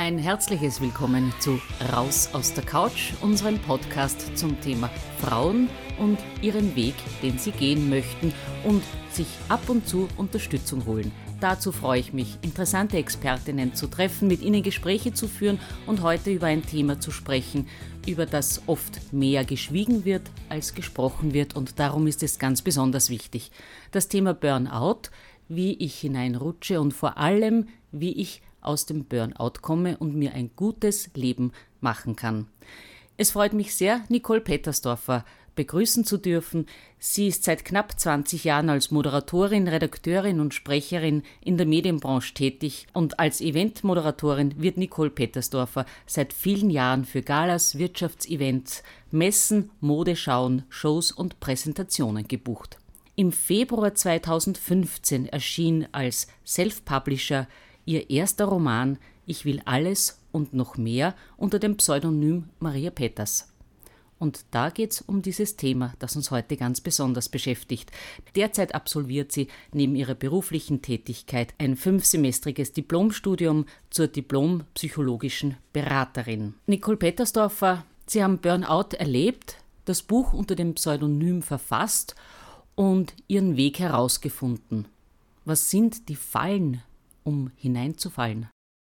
Ein herzliches Willkommen zu Raus aus der Couch, unserem Podcast zum Thema Frauen und ihren Weg, den sie gehen möchten und sich ab und zu Unterstützung holen. Dazu freue ich mich, interessante Expertinnen zu treffen, mit ihnen Gespräche zu führen und heute über ein Thema zu sprechen, über das oft mehr geschwiegen wird, als gesprochen wird, und darum ist es ganz besonders wichtig. Das Thema Burnout, wie ich hineinrutsche und vor allem, wie ich aus dem Burnout komme und mir ein gutes Leben machen kann. Es freut mich sehr, Nicole Petersdorfer begrüßen zu dürfen. Sie ist seit knapp 20 Jahren als Moderatorin, Redakteurin und Sprecherin in der Medienbranche tätig und als Eventmoderatorin wird Nicole Petersdorfer seit vielen Jahren für Galas, Wirtschaftsevents, Messen, Modeschauen, Shows und Präsentationen gebucht. Im Februar 2015 erschien als Self-Publisher ihr erster Roman »Ich will alles und noch mehr« unter dem Pseudonym Maria Peters. Und da geht es um dieses Thema, das uns heute ganz besonders beschäftigt. Derzeit absolviert sie neben ihrer beruflichen Tätigkeit ein 5-semestriges Diplomstudium zur Diplompsychologischen Beraterin. Nicole Petersdorfer, Sie haben Burnout erlebt, das Buch unter dem Pseudonym verfasst und Ihren Weg herausgefunden. Was sind die Fallen, um hineinzufallen?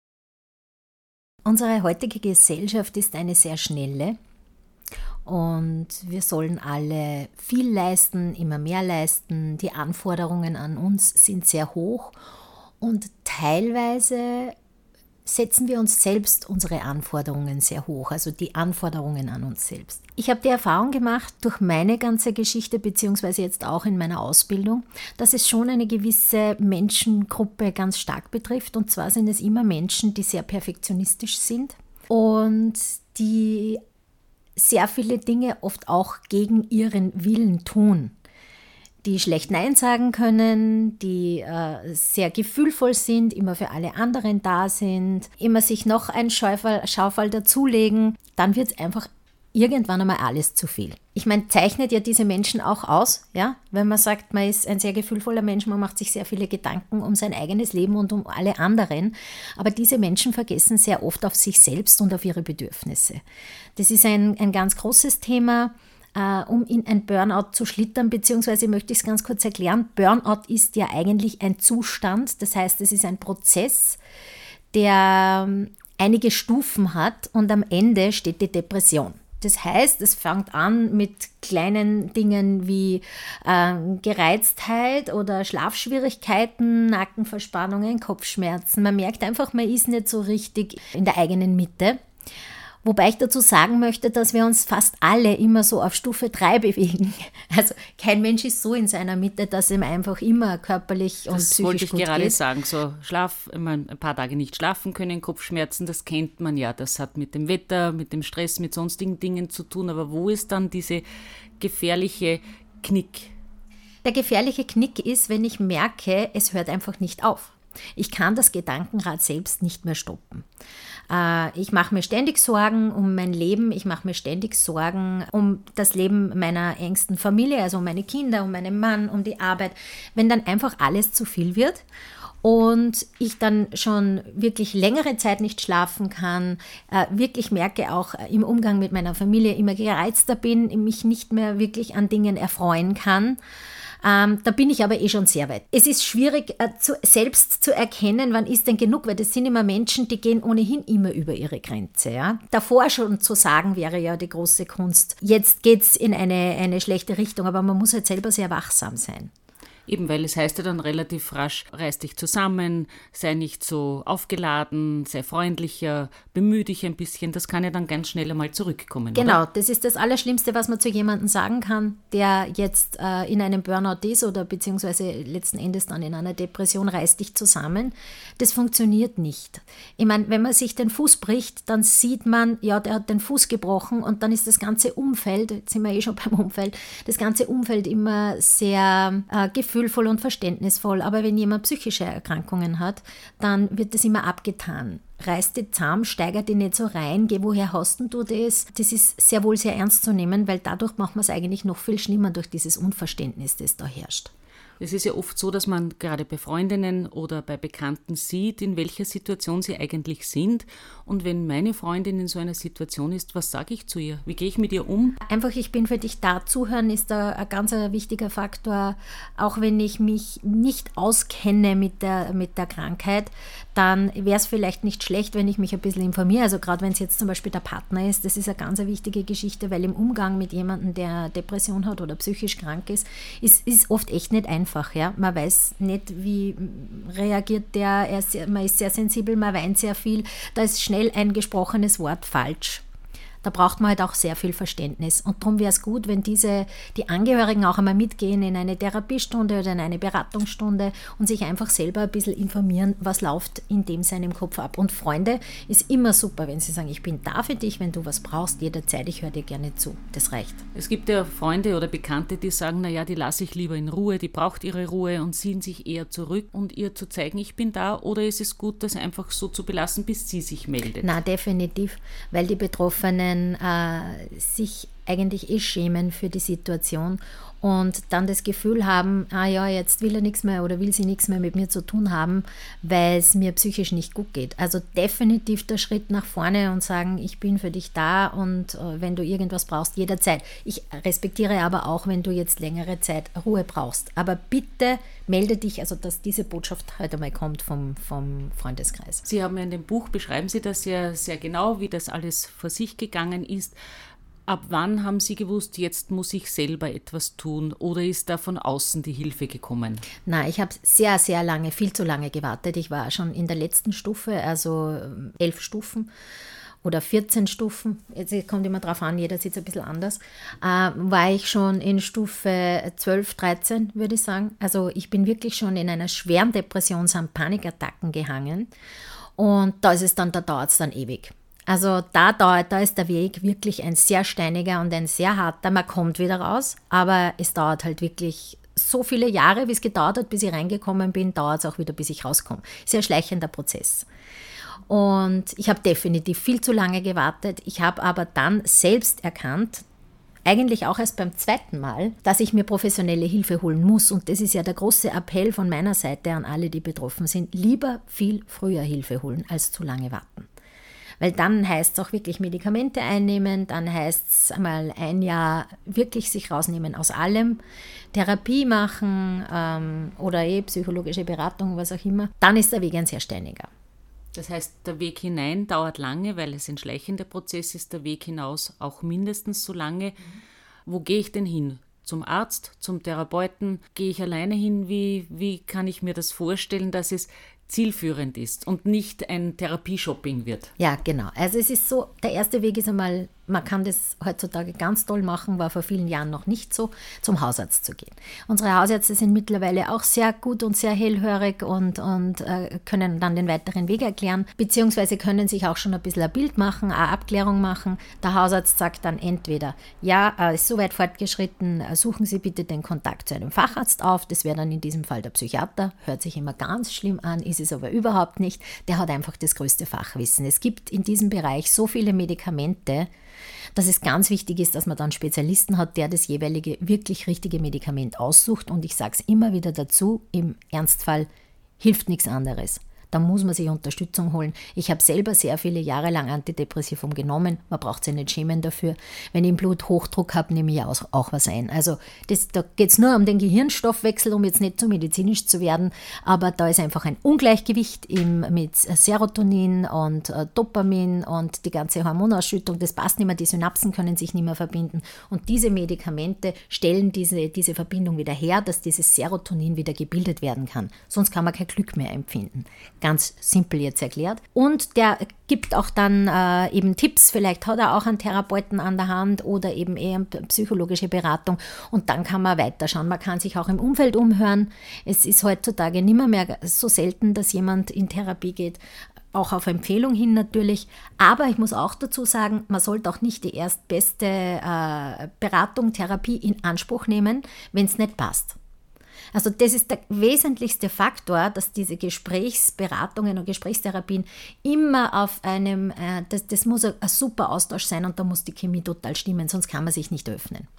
Unsere heutige Gesellschaft ist eine sehr schnelle und wir sollen alle viel leisten, immer mehr leisten. Die Anforderungen an uns sind sehr hoch und teilweise setzen wir uns selbst unsere Anforderungen sehr hoch, also die Anforderungen an uns selbst. Ich habe die Erfahrung gemacht durch meine ganze Geschichte, beziehungsweise jetzt auch in meiner Ausbildung, dass es schon eine gewisse Menschengruppe ganz stark betrifft. Und zwar sind es immer Menschen, die sehr perfektionistisch sind und die sehr viele Dinge oft auch gegen ihren Willen tun. Die schlecht Nein sagen können, die sehr gefühlvoll sind, immer für alle anderen da sind, immer sich noch ein Schaufel dazulegen, dann wird es einfach irgendwann einmal alles zu viel. Ich meine, zeichnet ja diese Menschen auch aus, ja? Wenn man sagt, man ist ein sehr gefühlvoller Mensch, man macht sich sehr viele Gedanken um sein eigenes Leben und um alle anderen, aber diese Menschen vergessen sehr oft auf sich selbst und auf ihre Bedürfnisse. Das ist ein ganz großes Thema. Um in ein Burnout zu schlittern, beziehungsweise möchte ich es ganz kurz erklären. Burnout ist ja eigentlich ein Zustand, das heißt, es ist ein Prozess, der einige Stufen hat und am Ende steht die Depression. Das heißt, es fängt an mit kleinen Dingen wie Gereiztheit oder Schlafschwierigkeiten, Nackenverspannungen, Kopfschmerzen. Man merkt einfach, man ist nicht so richtig in der eigenen Mitte. Wobei ich dazu sagen möchte, dass wir uns fast alle immer so auf Stufe 3 bewegen. Also kein Mensch ist so in seiner Mitte, dass ihm einfach immer körperlich und psychisch gut geht. Das wollte ich gerade sagen, so ein paar Tage nicht schlafen können, Kopfschmerzen, das kennt man ja. Das hat mit dem Wetter, mit dem Stress, mit sonstigen Dingen zu tun. Aber wo ist dann diese gefährliche Knick? Der gefährliche Knick ist, wenn ich merke, es hört einfach nicht auf. Ich kann das Gedankenrad selbst nicht mehr stoppen. Ich mache mir ständig Sorgen um mein Leben, ich mache mir ständig Sorgen um das Leben meiner engsten Familie, also um meine Kinder, um meinen Mann, um die Arbeit. Wenn dann einfach alles zu viel wird und ich dann schon wirklich längere Zeit nicht schlafen kann, wirklich merke auch im Umgang mit meiner Familie immer gereizter bin, mich nicht mehr wirklich an Dingen erfreuen kann, da bin ich aber schon sehr weit. Es ist schwierig, selbst zu erkennen, wann ist denn genug, weil das sind immer Menschen, die gehen ohnehin immer über ihre Grenze. Ja? Davor schon zu sagen, wäre ja die große Kunst. Jetzt geht es in eine schlechte Richtung, aber man muss halt selber sehr wachsam sein. Eben, weil es heißt ja dann relativ rasch, reiß dich zusammen, sei nicht so aufgeladen, sei freundlicher, bemühe dich ein bisschen. Das kann ja dann ganz schnell einmal zurückkommen. Genau, oder? Das ist das Allerschlimmste, was man zu jemandem sagen kann, der jetzt in einem Burnout ist oder beziehungsweise letzten Endes dann in einer Depression, reiß dich zusammen. Das funktioniert nicht. Ich meine, wenn man sich den Fuß bricht, dann sieht man, ja, der hat den Fuß gebrochen und dann ist das ganze Umfeld, jetzt sind wir schon beim Umfeld, das ganze Umfeld immer sehr gefühlvoll und verständnisvoll, aber wenn jemand psychische Erkrankungen hat, dann wird das immer abgetan. Reiß dich zusammen, steiger dich nicht so rein, geh, woher hast denn du das? Das ist sehr wohl sehr ernst zu nehmen, weil dadurch macht man es eigentlich noch viel schlimmer durch dieses Unverständnis, das da herrscht. Es ist ja oft so, dass man gerade bei Freundinnen oder bei Bekannten sieht, in welcher Situation sie eigentlich sind. Und wenn meine Freundin in so einer Situation ist, was sage ich zu ihr? Wie gehe ich mit ihr um? Einfach, ich bin für dich da. Zuhören ist da ein ganz wichtiger Faktor. Auch wenn ich mich nicht auskenne mit der Krankheit, dann wäre es vielleicht nicht schlecht, wenn ich mich ein bisschen informiere. Also gerade wenn es jetzt zum Beispiel der Partner ist, das ist eine ganz wichtige Geschichte, weil im Umgang mit jemandem, der Depression hat oder psychisch krank ist oft echt nicht einfach. Ja? Man weiß nicht, wie reagiert der, man ist sehr sensibel, man weint sehr viel, da ist schnell ein gesprochenes Wort falsch. Da braucht man halt auch sehr viel Verständnis. Und darum wäre es gut, wenn die Angehörigen auch einmal mitgehen in eine Therapiestunde oder in eine Beratungsstunde und sich einfach selber ein bisschen informieren, was läuft in dem seinem Kopf ab. Und Freunde ist immer super, wenn sie sagen, ich bin da für dich, wenn du was brauchst, jederzeit, ich höre dir gerne zu. Das reicht. Es gibt ja Freunde oder Bekannte, die sagen, naja, die lasse ich lieber in Ruhe, die braucht ihre Ruhe und ziehen sich eher zurück und ihr zu zeigen, ich bin da, oder ist es gut, das einfach so zu belassen, bis sie sich meldet? Na, definitiv, weil die Betroffenen sich eigentlich schämen für die Situation und dann das Gefühl haben, jetzt will er nichts mehr oder will sie nichts mehr mit mir zu tun haben, weil es mir psychisch nicht gut geht. Also definitiv der Schritt nach vorne und sagen, ich bin für dich da und wenn du irgendwas brauchst, jederzeit. Ich respektiere aber auch, wenn du jetzt längere Zeit Ruhe brauchst. Aber bitte melde dich, also dass diese Botschaft heute mal kommt vom Freundeskreis. Sie haben ja in dem Buch, beschreiben Sie das ja sehr genau, wie das alles vor sich gegangen ist. Ab wann haben Sie gewusst, jetzt muss ich selber etwas tun, oder ist da von außen die Hilfe gekommen? Nein, ich habe sehr, sehr lange, viel zu lange gewartet. Ich war schon in der letzten Stufe, also 11 Stufen oder 14 Stufen, jetzt kommt immer drauf an, jeder sieht es ein bisschen anders, war ich schon in Stufe 12, 13, würde ich sagen. Also ich bin wirklich schon in einer schweren Depression, samt Panikattacken gehangen und da dauert es dann ewig. Also da ist der Weg wirklich ein sehr steiniger und ein sehr harter. Man kommt wieder raus, aber es dauert halt wirklich so viele Jahre, wie es gedauert hat, bis ich reingekommen bin, dauert es auch wieder, bis ich rauskomme. Sehr schleichender Prozess. Und ich habe definitiv viel zu lange gewartet. Ich habe aber dann selbst erkannt, eigentlich auch erst beim zweiten Mal, dass ich mir professionelle Hilfe holen muss. Und das ist ja der große Appell von meiner Seite an alle, die betroffen sind. Lieber viel früher Hilfe holen, als zu lange warten. Weil dann heißt es auch wirklich Medikamente einnehmen, dann heißt es einmal ein Jahr wirklich sich rausnehmen aus allem, Therapie machen oder psychologische Beratung, was auch immer. Dann ist der Weg ein sehr steiniger. Das heißt, der Weg hinein dauert lange, weil es ein schleichender Prozess ist, der Weg hinaus auch mindestens so lange. Wo gehe ich denn hin? Zum Arzt, zum Therapeuten? Gehe ich alleine hin? Wie kann ich mir das vorstellen, dass es zielführend ist und nicht ein Therapieshopping wird? Ja, genau. Also es ist so, der erste Weg ist einmal, man kann das heutzutage ganz toll machen, war vor vielen Jahren noch nicht so, zum Hausarzt zu gehen. Unsere Hausärzte sind mittlerweile auch sehr gut und sehr hellhörig und können dann den weiteren Weg erklären, beziehungsweise können sich auch schon ein bisschen ein Bild machen, eine Abklärung machen. Der Hausarzt sagt dann entweder, ist so weit fortgeschritten, suchen Sie bitte den Kontakt zu einem Facharzt auf, das wäre dann in diesem Fall der Psychiater, hört sich immer ganz schlimm an, ist es aber überhaupt nicht, der hat einfach das größte Fachwissen. Es gibt in diesem Bereich so viele Medikamente, dass es ganz wichtig ist, dass man dann einen Spezialisten hat, der das jeweilige wirklich richtige Medikament aussucht. Und ich sage es immer wieder dazu, im Ernstfall hilft nichts anderes. Da muss man sich Unterstützung holen. Ich habe selber sehr viele Jahre lang Antidepressivum genommen. Man braucht sich nicht schämen dafür. Wenn ich im Blut Hochdruck habe, nehme ich auch was ein. Also da geht es nur um den Gehirnstoffwechsel, um jetzt nicht zu medizinisch zu werden. Aber da ist einfach ein Ungleichgewicht mit Serotonin und Dopamin und die ganze Hormonausschüttung. Das passt nicht mehr. Die Synapsen können sich nicht mehr verbinden. Und diese Medikamente stellen diese Verbindung wieder her, dass dieses Serotonin wieder gebildet werden kann. Sonst kann man kein Glück mehr empfinden. Ganz simpel jetzt erklärt. Und der gibt auch dann eben Tipps, vielleicht hat er auch einen Therapeuten an der Hand oder eben eher eine psychologische Beratung und dann kann man weiterschauen. Man kann sich auch im Umfeld umhören. Es ist heutzutage nicht mehr so selten, dass jemand in Therapie geht, auch auf Empfehlung hin natürlich. Aber ich muss auch dazu sagen, man sollte auch nicht die erstbeste Beratung, Therapie in Anspruch nehmen, wenn es nicht passt. Also das ist der wesentlichste Faktor, dass diese Gesprächsberatungen und Gesprächstherapien immer auf einem, das muss ein super Austausch sein und da muss die Chemie total stimmen, sonst kann man sich nicht öffnen.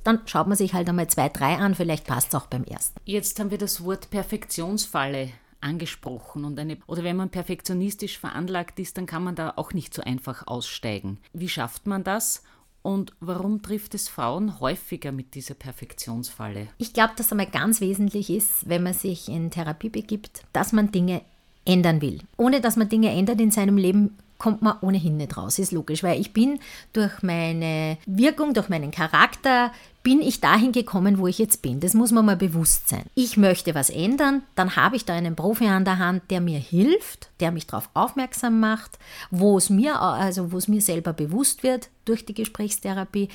dann schaut man sich halt einmal 2, 3 an, vielleicht passt es auch beim ersten. Jetzt haben wir das Wort Perfektionsfalle angesprochen. Oder wenn man perfektionistisch veranlagt ist, dann kann man da auch nicht so einfach aussteigen. Wie schafft man das? Und warum trifft es Frauen häufiger mit dieser Perfektionsfalle? Ich glaube, dass einmal ganz wesentlich ist, wenn man sich in Therapie begibt, dass man Dinge ändern will. Ohne dass man Dinge ändert in seinem Leben, kommt man ohnehin nicht raus, ist logisch, weil ich bin durch meine Wirkung, durch meinen Charakter, bin ich dahin gekommen, wo ich jetzt bin. Das muss man mal bewusst sein. Ich möchte was ändern, dann habe ich da einen Profi an der Hand, der mir hilft, der mich darauf aufmerksam macht, wo es mir selber bewusst wird durch die Gesprächstherapie.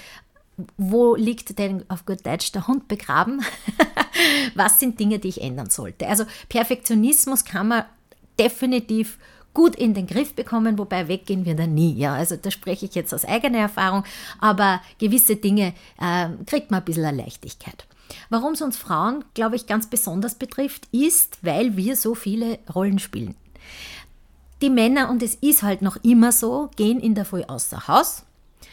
Wo liegt denn auf gut Deutsch der Hund begraben? Was sind Dinge, die ich ändern sollte? Also Perfektionismus kann man definitiv gut in den Griff bekommen, wobei weggehen wir da nie. Ja, also da spreche ich jetzt aus eigener Erfahrung, aber gewisse Dinge kriegt man ein bisschen Leichtigkeit. Warum es uns Frauen, glaube ich, ganz besonders betrifft, ist, weil wir so viele Rollen spielen. Die Männer, und es ist halt noch immer so, gehen in der Früh außer Haus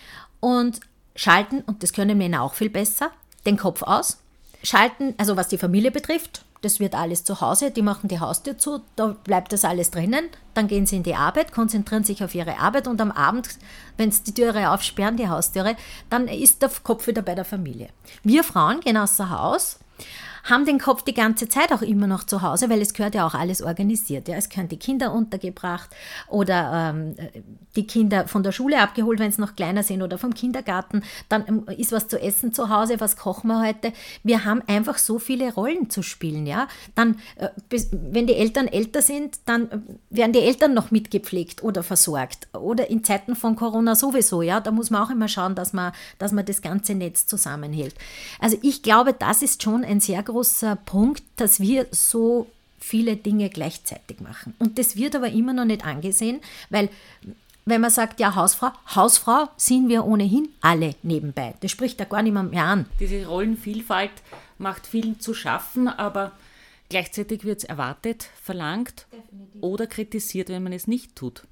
und schalten, und das können Männer auch viel besser, den Kopf aus, schalten, also was die Familie betrifft, das wird alles zu Hause, die machen die Haustür zu, da bleibt das alles drinnen, dann gehen sie in die Arbeit, konzentrieren sich auf ihre Arbeit und am Abend, wenn sie die Türe aufsperren, die Haustüre, dann ist der Kopf wieder bei der Familie. Wir Frauen gehen außer Haus, haben den Kopf die ganze Zeit auch immer noch zu Hause, weil es gehört ja auch alles organisiert. Ja. Es gehören die Kinder untergebracht oder die Kinder von der Schule abgeholt, wenn sie noch kleiner sind, oder vom Kindergarten. Dann ist was zu essen zu Hause, was kochen wir heute. Wir haben einfach so viele Rollen zu spielen. Ja. Dann, wenn die Eltern älter sind, dann werden die Eltern noch mitgepflegt oder versorgt. Oder in Zeiten von Corona sowieso. Ja. Da muss man auch immer schauen, dass man das ganze Netz zusammenhält. Also ich glaube, das ist schon ein sehr großer Punkt, dass wir so viele Dinge gleichzeitig machen. Und das wird aber immer noch nicht angesehen, weil wenn man sagt, ja, Hausfrau sind wir ohnehin alle nebenbei. Das spricht da gar niemand mehr an. Diese Rollenvielfalt macht vielen zu schaffen, aber gleichzeitig wird es erwartet, verlangt oder kritisiert, wenn man es nicht tut.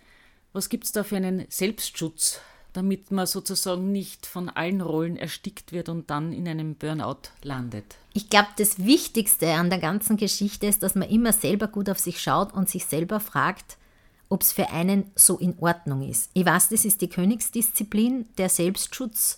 Was gibt es da für einen Selbstschutz, damit man sozusagen nicht von allen Rollen erstickt wird und dann in einem Burnout landet? Ich glaube, das Wichtigste an der ganzen Geschichte ist, dass man immer selber gut auf sich schaut und sich selber fragt, ob es für einen so in Ordnung ist. Ich weiß, das ist die Königsdisziplin, der Selbstschutz,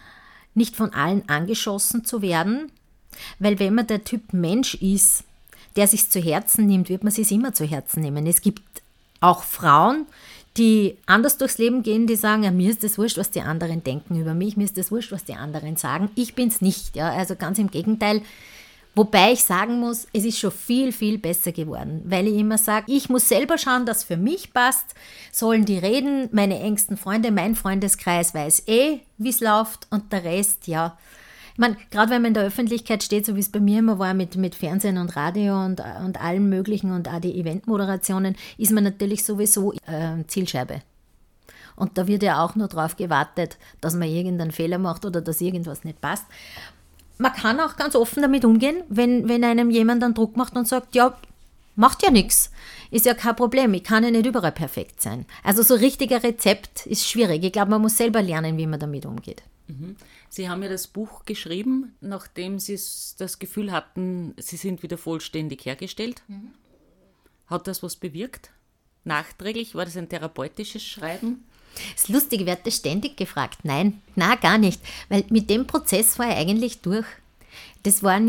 nicht von allen angeschossen zu werden, weil wenn man der Typ Mensch ist, der sich zu Herzen nimmt, wird man sich immer zu Herzen nehmen. Es gibt auch Frauen, die anders durchs Leben gehen, die sagen, ja, mir ist das wurscht, was die anderen denken über mich, mir ist das wurscht, was die anderen sagen. Ich bin's nicht, ja, also ganz im Gegenteil. Wobei ich sagen muss, es ist schon viel, viel besser geworden, weil ich immer sage, ich muss selber schauen, dass für mich passt, sollen die reden, meine engsten Freunde, mein Freundeskreis weiß wie es läuft, und der Rest, ja. Ich meine, gerade wenn man in der Öffentlichkeit steht, so wie es bei mir immer war mit Fernsehen und Radio und allem Möglichen und auch die Eventmoderationen, ist man natürlich sowieso Zielscheibe. Und da wird ja auch nur darauf gewartet, dass man irgendeinen Fehler macht oder dass irgendwas nicht passt. Man kann auch ganz offen damit umgehen, wenn einem jemand dann Druck macht und sagt, ja, macht ja nichts, ist ja kein Problem, ich kann ja nicht überall perfekt sein. Also so richtiger Rezept ist schwierig. Ich glaube, man muss selber lernen, wie man damit umgeht. Sie haben ja das Buch geschrieben, nachdem Sie das Gefühl hatten, Sie sind wieder vollständig hergestellt. Hat das was bewirkt? Nachträglich? War das ein therapeutisches Schreiben? Das ist lustig, ich werde ständig gefragt. Nein, gar nicht. Weil mit dem Prozess war ich eigentlich durch. Es war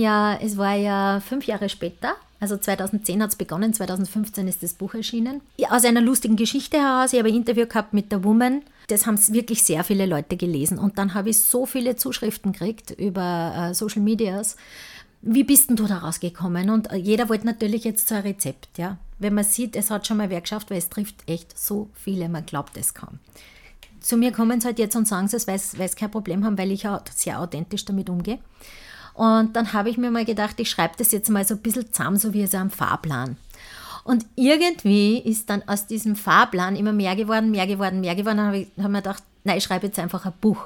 ja 5 Jahre später, also 2010 hat es begonnen, 2015 ist das Buch erschienen. Aus einer lustigen Geschichte heraus, ich habe ein Interview gehabt mit der Woman, das haben wirklich sehr viele Leute gelesen. Und dann habe ich so viele Zuschriften gekriegt über Social Medias. Wie bist denn du da rausgekommen? Und jeder wollte natürlich jetzt so ein Rezept, ja. Wenn man sieht, es hat schon mal wer geschafft, weil es trifft echt so viele, man glaubt es kaum. Zu mir kommen sie halt jetzt und sagen es, weil sie kein Problem haben, weil ich auch sehr authentisch damit umgehe. Und dann habe ich mir mal gedacht, ich schreibe das jetzt mal so ein bisschen zusammen, so wie so ein Fahrplan. Und irgendwie ist dann aus diesem Fahrplan immer mehr geworden. Dann habe ich mir gedacht, nein, ich schreibe jetzt einfach ein Buch.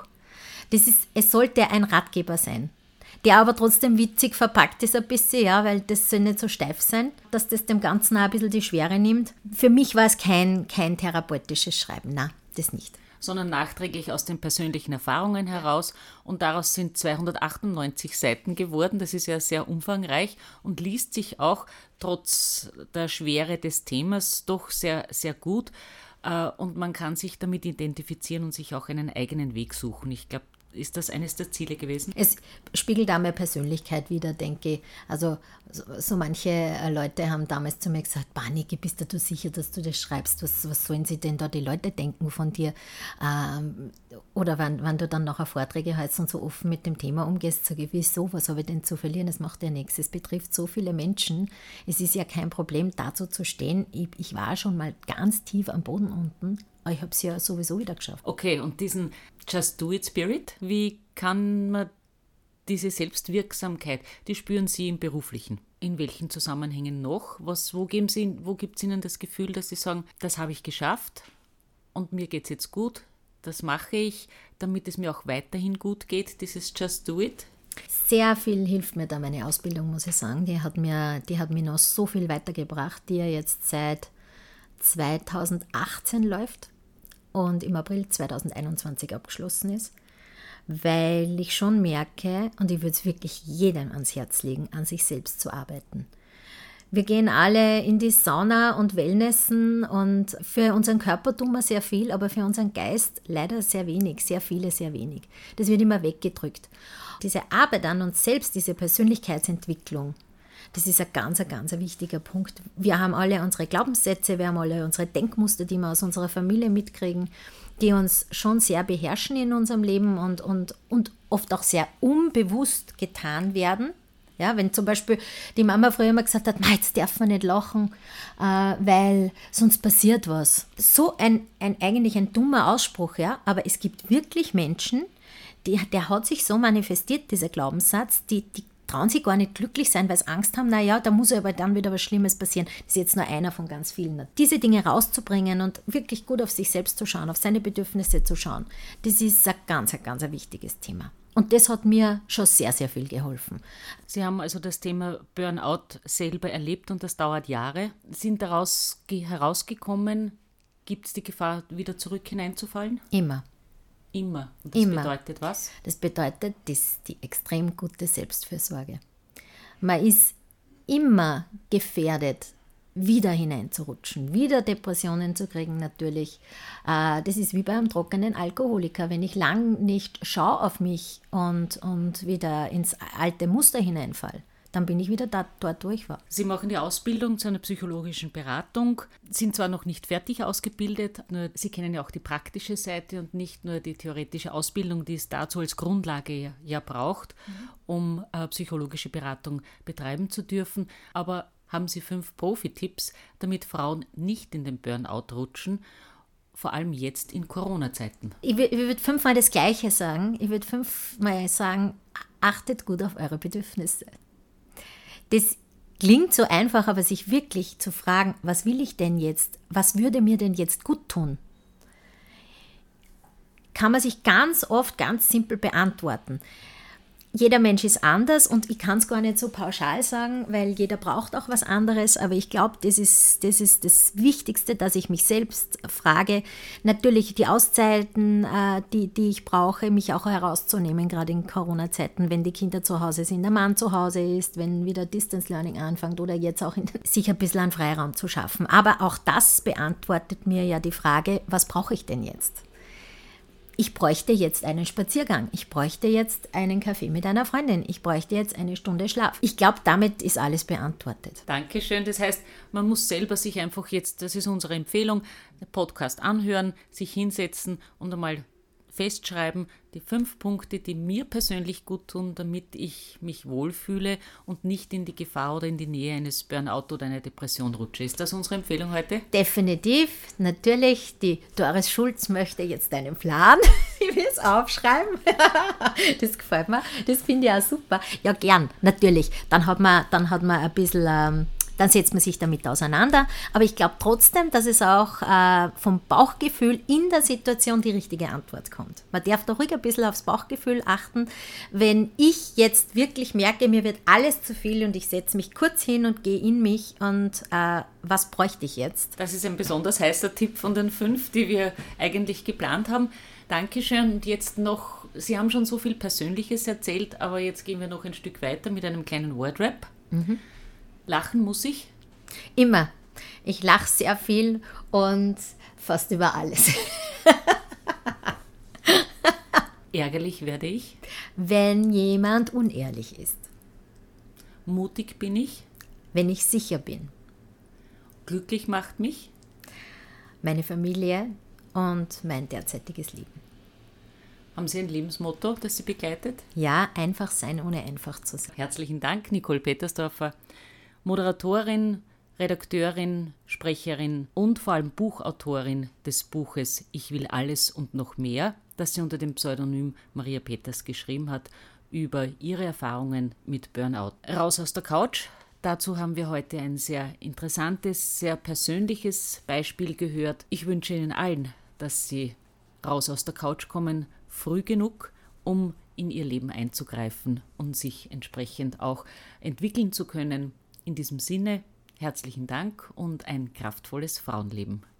Es sollte ein Ratgeber sein, der aber trotzdem witzig verpackt ist ein bisschen, ja, weil das soll nicht so steif sein, dass das dem Ganzen auch ein bisschen die Schwere nimmt. Für mich war es kein therapeutisches Schreiben, nein, das nicht. sondern nachträglich aus den persönlichen Erfahrungen heraus. Und daraus sind 298 Seiten geworden. Das ist ja sehr umfangreich und liest sich auch trotz der Schwere des Themas doch sehr, sehr gut. Und man kann sich damit identifizieren und sich auch einen eigenen Weg suchen. Ich glaube, ist das eines der Ziele gewesen? Es spiegelt auch meine Persönlichkeit wider, denke ich. Also so manche Leute haben damals zu mir gesagt, Niki, bist du sicher, dass du das schreibst? Was sollen sie denn da die Leute denken von dir? Oder wenn du dann nachher Vorträge hältst und so offen mit dem Thema umgehst, sage ich, wieso, was habe ich denn zu verlieren? Das macht ja nichts. Es betrifft so viele Menschen. Es ist ja kein Problem, dazu zu stehen. Ich war schon mal ganz tief am Boden unten. Aber ich habe es ja sowieso wieder geschafft. Okay, und diesen Just Do It Spirit, wie kann man diese Selbstwirksamkeit, die spüren Sie im Beruflichen? In welchen Zusammenhängen noch? Wo gibt es Ihnen das Gefühl, dass Sie sagen, das habe ich geschafft und mir geht es jetzt gut, das mache ich, damit es mir auch weiterhin gut geht, dieses Just Do It? Sehr viel hilft mir da meine Ausbildung, muss ich sagen. Die hat mir noch so viel weitergebracht, die ja jetzt seit 2018 läuft und im April 2021 abgeschlossen ist, weil ich schon merke, und ich würde es wirklich jedem ans Herz legen, an sich selbst zu arbeiten. Wir gehen alle in die Sauna und Wellnessen und für unseren Körper tun wir sehr viel, aber für unseren Geist leider sehr wenig, sehr viele, sehr wenig. Das wird immer weggedrückt. Diese Arbeit an uns selbst, diese Persönlichkeitsentwicklung, das ist ein ganz wichtiger Punkt. Wir haben alle unsere Glaubenssätze, wir haben alle unsere Denkmuster, die wir aus unserer Familie mitkriegen, die uns schon sehr beherrschen in unserem Leben und oft auch sehr unbewusst getan werden. Ja, wenn zum Beispiel die Mama früher immer gesagt hat, jetzt darf man nicht lachen, weil sonst passiert was. So eigentlich ein dummer Ausspruch, ja, aber es gibt wirklich Menschen, der hat sich so manifestiert, dieser Glaubenssatz, die trauen sich gar nicht glücklich sein, weil sie Angst haben, da muss aber dann wieder was Schlimmes passieren. Das ist jetzt nur einer von ganz vielen. Diese Dinge rauszubringen und wirklich gut auf sich selbst zu schauen, auf seine Bedürfnisse zu schauen, das ist ein ganz wichtiges Thema. Und das hat mir schon sehr, sehr viel geholfen. Sie haben also das Thema Burnout selber erlebt und das dauert Jahre. Sind daraus herausgekommen, gibt es die Gefahr, wieder zurück hineinzufallen? Immer. Immer. Und das bedeutet was? Das bedeutet die extrem gute Selbstfürsorge. Man ist immer gefährdet, wieder hineinzurutschen, wieder Depressionen zu kriegen natürlich. Das ist wie bei einem trockenen Alkoholiker. Wenn ich lang nicht schaue auf mich und wieder ins alte Muster hineinfall, dann bin ich wieder dort, wo ich war. Sie machen die Ausbildung zu einer psychologischen Beratung, sind zwar noch nicht fertig ausgebildet, nur Sie kennen ja auch die praktische Seite und nicht nur die theoretische Ausbildung, die es dazu als Grundlage ja braucht, um psychologische Beratung betreiben zu dürfen. Aber haben Sie 5 Profi-Tipps, damit Frauen nicht in den Burnout rutschen, vor allem jetzt in Corona-Zeiten? Ich würde 5-mal das Gleiche sagen. Ich würde 5-mal sagen, achtet gut auf eure Bedürfnisse. Das klingt so einfach, aber sich wirklich zu fragen, was will ich denn jetzt? Was würde mir denn jetzt gut tun? Kann man sich ganz oft ganz simpel beantworten. Jeder Mensch ist anders und ich kann es gar nicht so pauschal sagen, weil jeder braucht auch was anderes, aber ich glaube, das ist das Wichtigste, dass ich mich selbst frage. Natürlich die Auszeiten, die ich brauche, mich auch herauszunehmen, gerade in Corona-Zeiten, wenn die Kinder zu Hause sind, der Mann zu Hause ist, wenn wieder Distance Learning anfängt oder jetzt auch sich ein bisschen einen Freiraum zu schaffen. Aber auch das beantwortet mir ja die Frage, was brauche ich denn jetzt? Ich bräuchte jetzt einen Spaziergang, ich bräuchte jetzt einen Kaffee mit einer Freundin, ich bräuchte jetzt eine Stunde Schlaf. Ich glaube, damit ist alles beantwortet. Dankeschön. Das heißt, man muss selber sich einfach jetzt, das ist unsere Empfehlung, den Podcast anhören, sich hinsetzen und einmal festschreiben, die 5 Punkte, die mir persönlich gut tun, damit ich mich wohlfühle und nicht in die Gefahr oder in die Nähe eines Burnout oder einer Depression rutsche. Ist das unsere Empfehlung heute? Definitiv, natürlich. Die Doris Schulz möchte jetzt einen Plan. Ich will es aufschreiben. Das gefällt mir. Das finde ich auch super. Ja, gern, natürlich. Dann hat man ein bisschen dann setzt man sich damit auseinander. Aber ich glaube trotzdem, dass es auch vom Bauchgefühl in der Situation die richtige Antwort kommt. Man darf da ruhig ein bisschen aufs Bauchgefühl achten. Wenn ich jetzt wirklich merke, mir wird alles zu viel und ich setze mich kurz hin und gehe in mich und was bräuchte ich jetzt? Das ist ein besonders heißer Tipp von den 5, die wir eigentlich geplant haben. Dankeschön. Und jetzt noch, Sie haben schon so viel Persönliches erzählt, aber jetzt gehen wir noch ein Stück weiter mit einem kleinen Wordrap. Lachen muss ich? Immer. Ich lache sehr viel und fast über alles. Ärgerlich werde ich? Wenn jemand unehrlich ist. Mutig bin ich? Wenn ich sicher bin. Glücklich macht mich? Meine Familie und mein derzeitiges Leben. Haben Sie ein Lebensmotto, das Sie begleitet? Ja, einfach sein, ohne einfach zu sein. Herzlichen Dank, Nicole Petersdorfer, Moderatorin, Redakteurin, Sprecherin und vor allem Buchautorin des Buches Ich will alles und noch mehr, das sie unter dem Pseudonym Maria Peters geschrieben hat, über ihre Erfahrungen mit Burnout. Raus aus der Couch. Dazu haben wir heute ein sehr interessantes, sehr persönliches Beispiel gehört. Ich wünsche Ihnen allen, dass Sie raus aus der Couch kommen, früh genug, um in Ihr Leben einzugreifen und sich entsprechend auch entwickeln zu können. In diesem Sinne, herzlichen Dank und ein kraftvolles Frauenleben.